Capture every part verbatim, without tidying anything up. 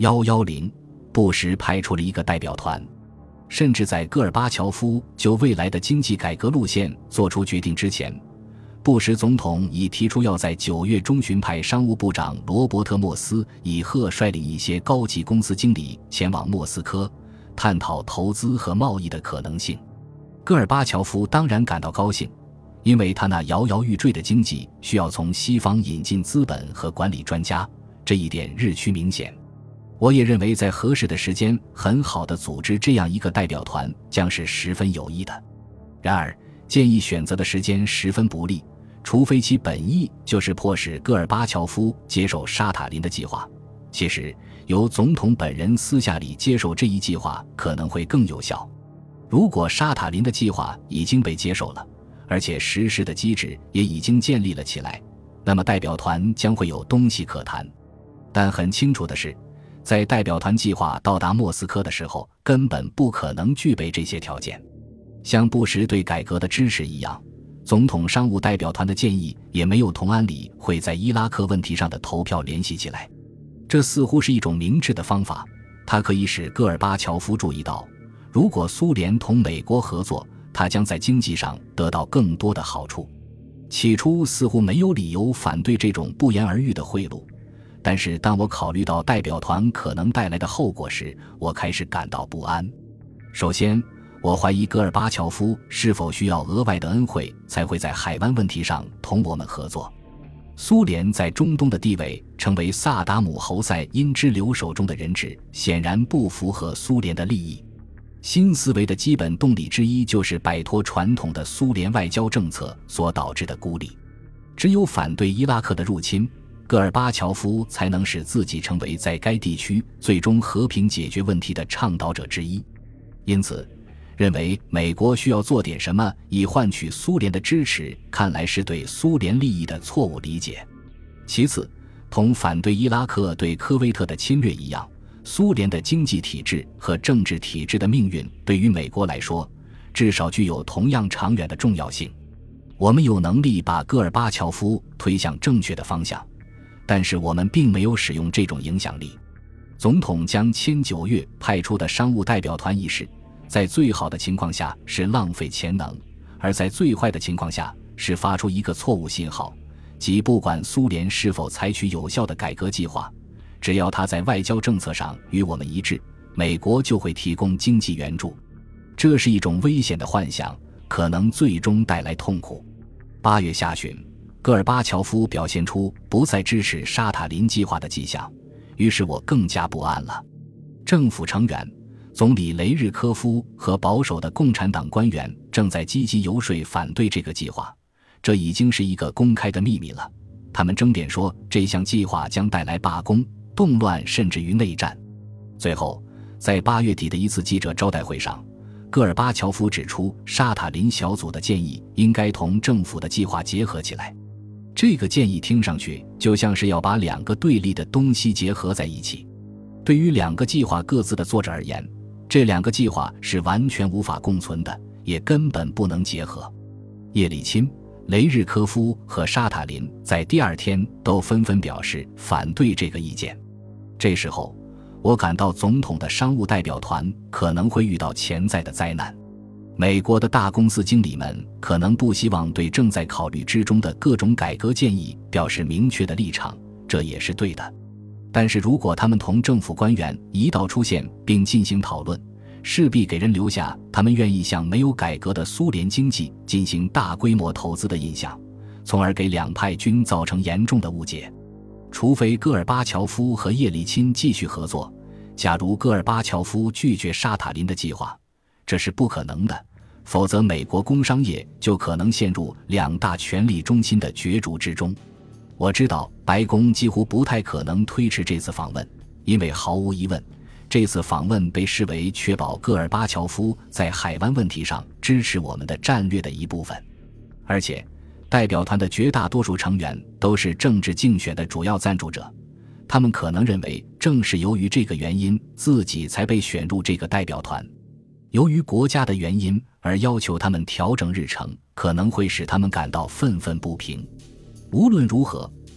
一一零布什派出了一个代表团，甚至在戈尔巴乔夫就未来的经济改革路线做出决定之前，布什总统已提出要在九月中旬派商务部长罗伯特·莫斯以赫率领一些高级公司经理前往莫斯科，探讨投资和贸易的可能性。戈尔巴乔夫当然感到高兴，因为他那摇摇欲坠的经济需要从西方引进资本和管理专家，这一点日趋明显。我也认为在合适的时间很好地组织这样一个代表团将是十分有益的。然而建议选择的时间十分不利，除非其本意就是迫使戈尔巴乔夫接受沙塔林的计划。其实由总统本人私下里接受这一计划可能会更有效。如果沙塔林的计划已经被接受了，而且实施的机制也已经建立了起来，那么代表团将会有东西可谈。但很清楚的是，在代表团计划到达莫斯科的时候，根本不可能具备这些条件。像布什对改革的支持一样，总统商务代表团的建议也没有同安理会在伊拉克问题上的投票联系起来。这似乎是一种明智的方法，它可以使戈尔巴乔夫注意到，如果苏联同美国合作，他将在经济上得到更多的好处。起初似乎没有理由反对这种不言而喻的贿赂，但是当我考虑到代表团可能带来的后果时，我开始感到不安。首先，我怀疑戈尔巴乔夫是否需要额外的恩惠才会在海湾问题上同我们合作。苏联在中东的地位成为萨达姆侯赛因之留手中的人质，显然不符合苏联的利益。新思维的基本动力之一就是摆脱传统的苏联外交政策所导致的孤立。只有反对伊拉克的入侵，戈尔巴乔夫才能使自己成为在该地区最终和平解决问题的倡导者之一。因此，认为美国需要做点什么以换取苏联的支持，看来是对苏联利益的错误理解。其次，同反对伊拉克对科威特的侵略一样，苏联的经济体制和政治体制的命运对于美国来说，至少具有同样长远的重要性。我们有能力把戈尔巴乔夫推向正确的方向，但是我们并没有使用这种影响力。总统将迁九月派出的商务代表团一事，在最好的情况下是浪费潜能，而在最坏的情况下是发出一个错误信号，即不管苏联是否采取有效的改革计划，只要他在外交政策上与我们一致，美国就会提供经济援助。这是一种危险的幻想，可能最终带来痛苦。八月下旬，戈尔巴乔夫表现出不再支持沙塔林计划的迹象，于是我更加不安了。政府成员总理雷日科夫和保守的共产党官员正在积极游说反对这个计划，这已经是一个公开的秘密了。他们争辩说这项计划将带来罢工、动乱甚至于内战。最后，在八月底的一次记者招待会上，戈尔巴乔夫指出沙塔林小组的建议应该同政府的计划结合起来。这个建议听上去就像是要把两个对立的东西结合在一起。对于两个计划各自的作者而言，这两个计划是完全无法共存的，也根本不能结合。叶利钦、雷日科夫和沙塔林在第二天都纷纷表示反对这个意见。这时候，我感到总统的商务代表团可能会遇到潜在的灾难。美国的大公司经理们可能不希望对正在考虑之中的各种改革建议表示明确的立场，这也是对的。但是如果他们同政府官员一道出现并进行讨论，势必给人留下他们愿意向没有改革的苏联经济进行大规模投资的印象，从而给两派均造成严重的误解。除非戈尔巴乔夫和叶利钦继续合作，假如戈尔巴乔夫拒绝沙塔林的计划，这是不可能的，否则美国工商业就可能陷入两大权力中心的角逐之中。我知道白宫几乎不太可能推迟这次访问，因为毫无疑问，这次访问被视为确保戈尔巴乔夫在海湾问题上支持我们的战略的一部分。而且代表团的绝大多数成员都是政治竞选的主要赞助者，他们可能认为正是由于这个原因自己才被选入这个代表团。由于国家的原因而要求他们调整日程，可能会使他们感到愤愤不平。无论如何，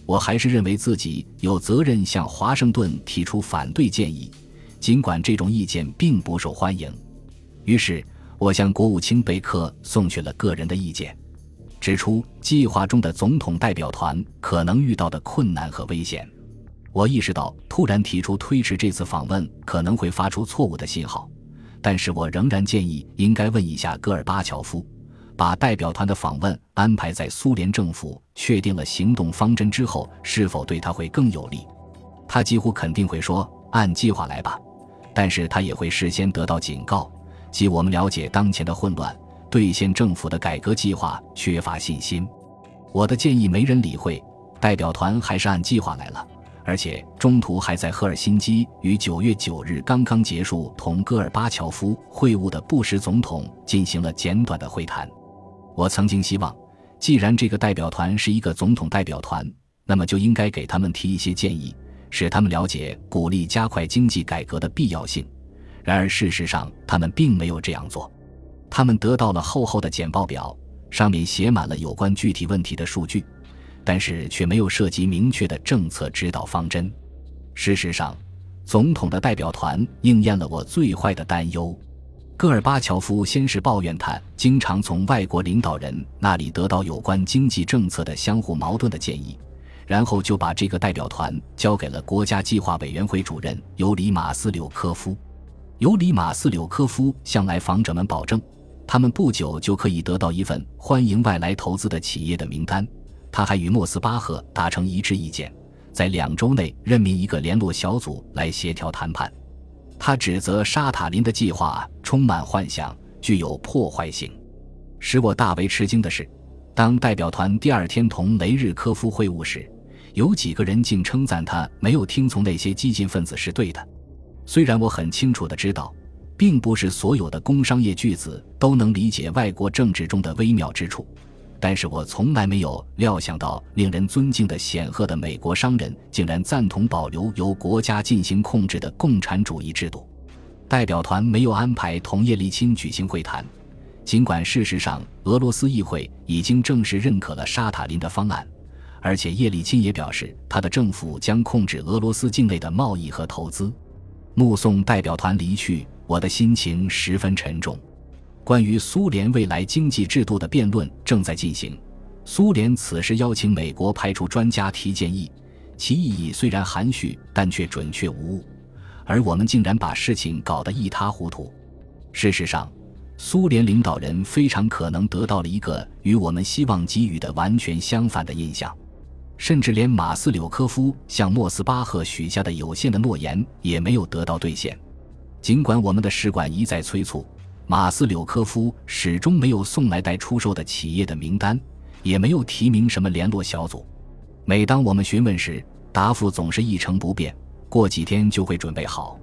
我还是认为自己有责任向华盛顿提出反对建议，尽管这种意见并不受欢迎。于是我向国务卿贝克送去了个人的意见，指出计划中的总统代表团可能遇到的困难和危险。我意识到突然提出推迟这次访问可能会发出错误的信号，但是我仍然建议应该问一下戈尔巴乔夫，把代表团的访问安排在苏联政府确定了行动方针之后，是否对他会更有利。他几乎肯定会说按计划来吧，但是他也会事先得到警告，即我们了解当前的混乱，对现政府的改革计划缺乏信心。我的建议没人理会，代表团还是按计划来了，而且中途还在赫尔辛基于九月九日刚刚结束同戈尔巴乔夫会晤的布什总统进行了简短的会谈。我曾经希望，既然这个代表团是一个总统代表团，那么就应该给他们提一些建议，使他们了解鼓励加快经济改革的必要性。然而事实上他们并没有这样做。他们得到了厚厚的简报表，上面写满了有关具体问题的数据，但是却没有涉及明确的政策指导方针。事实上，总统的代表团应验了我最坏的担忧。戈尔巴乔夫先是抱怨他经常从外国领导人那里得到有关经济政策的相互矛盾的建议，然后就把这个代表团交给了国家计划委员会主任尤里马斯柳科夫。尤里马斯柳科夫向来访者们保证，他们不久就可以得到一份欢迎外来投资的企业的名单。他还与莫斯巴赫达成一致意见，在两周内任命一个联络小组来协调谈判。他指责沙塔林的计划充满幻想，具有破坏性。使我大为吃惊的是，当代表团第二天同雷日科夫会晤时，有几个人竟称赞他没有听从那些激进分子是对的。虽然我很清楚地知道，并不是所有的工商业巨子都能理解外国政治中的微妙之处，但是我从来没有料想到令人尊敬的显赫的美国商人竟然赞同保留由国家进行控制的共产主义制度。代表团没有安排同叶利钦举行会谈，尽管事实上俄罗斯议会已经正式认可了沙塔林的方案，而且叶利钦也表示他的政府将控制俄罗斯境内的贸易和投资。目送代表团离去，我的心情十分沉重。关于苏联未来经济制度的辩论正在进行，苏联此时邀请美国派出专家提建议，其意义虽然含蓄，但却准确无误，而我们竟然把事情搞得一塌糊涂。事实上，苏联领导人非常可能得到了一个与我们希望给予的完全相反的印象，甚至连马斯柳科夫向莫斯巴赫许下的有限的诺言也没有得到兑现。尽管我们的使馆一再催促，马斯柳科夫始终没有送来待出售的企业的名单，也没有提名什么联络小组。每当我们询问时，答复总是一成不变，过几天就会准备好。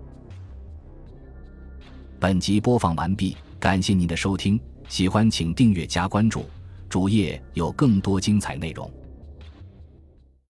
本集播放完毕，感谢您的收听，喜欢请订阅加关注，主页有更多精彩内容。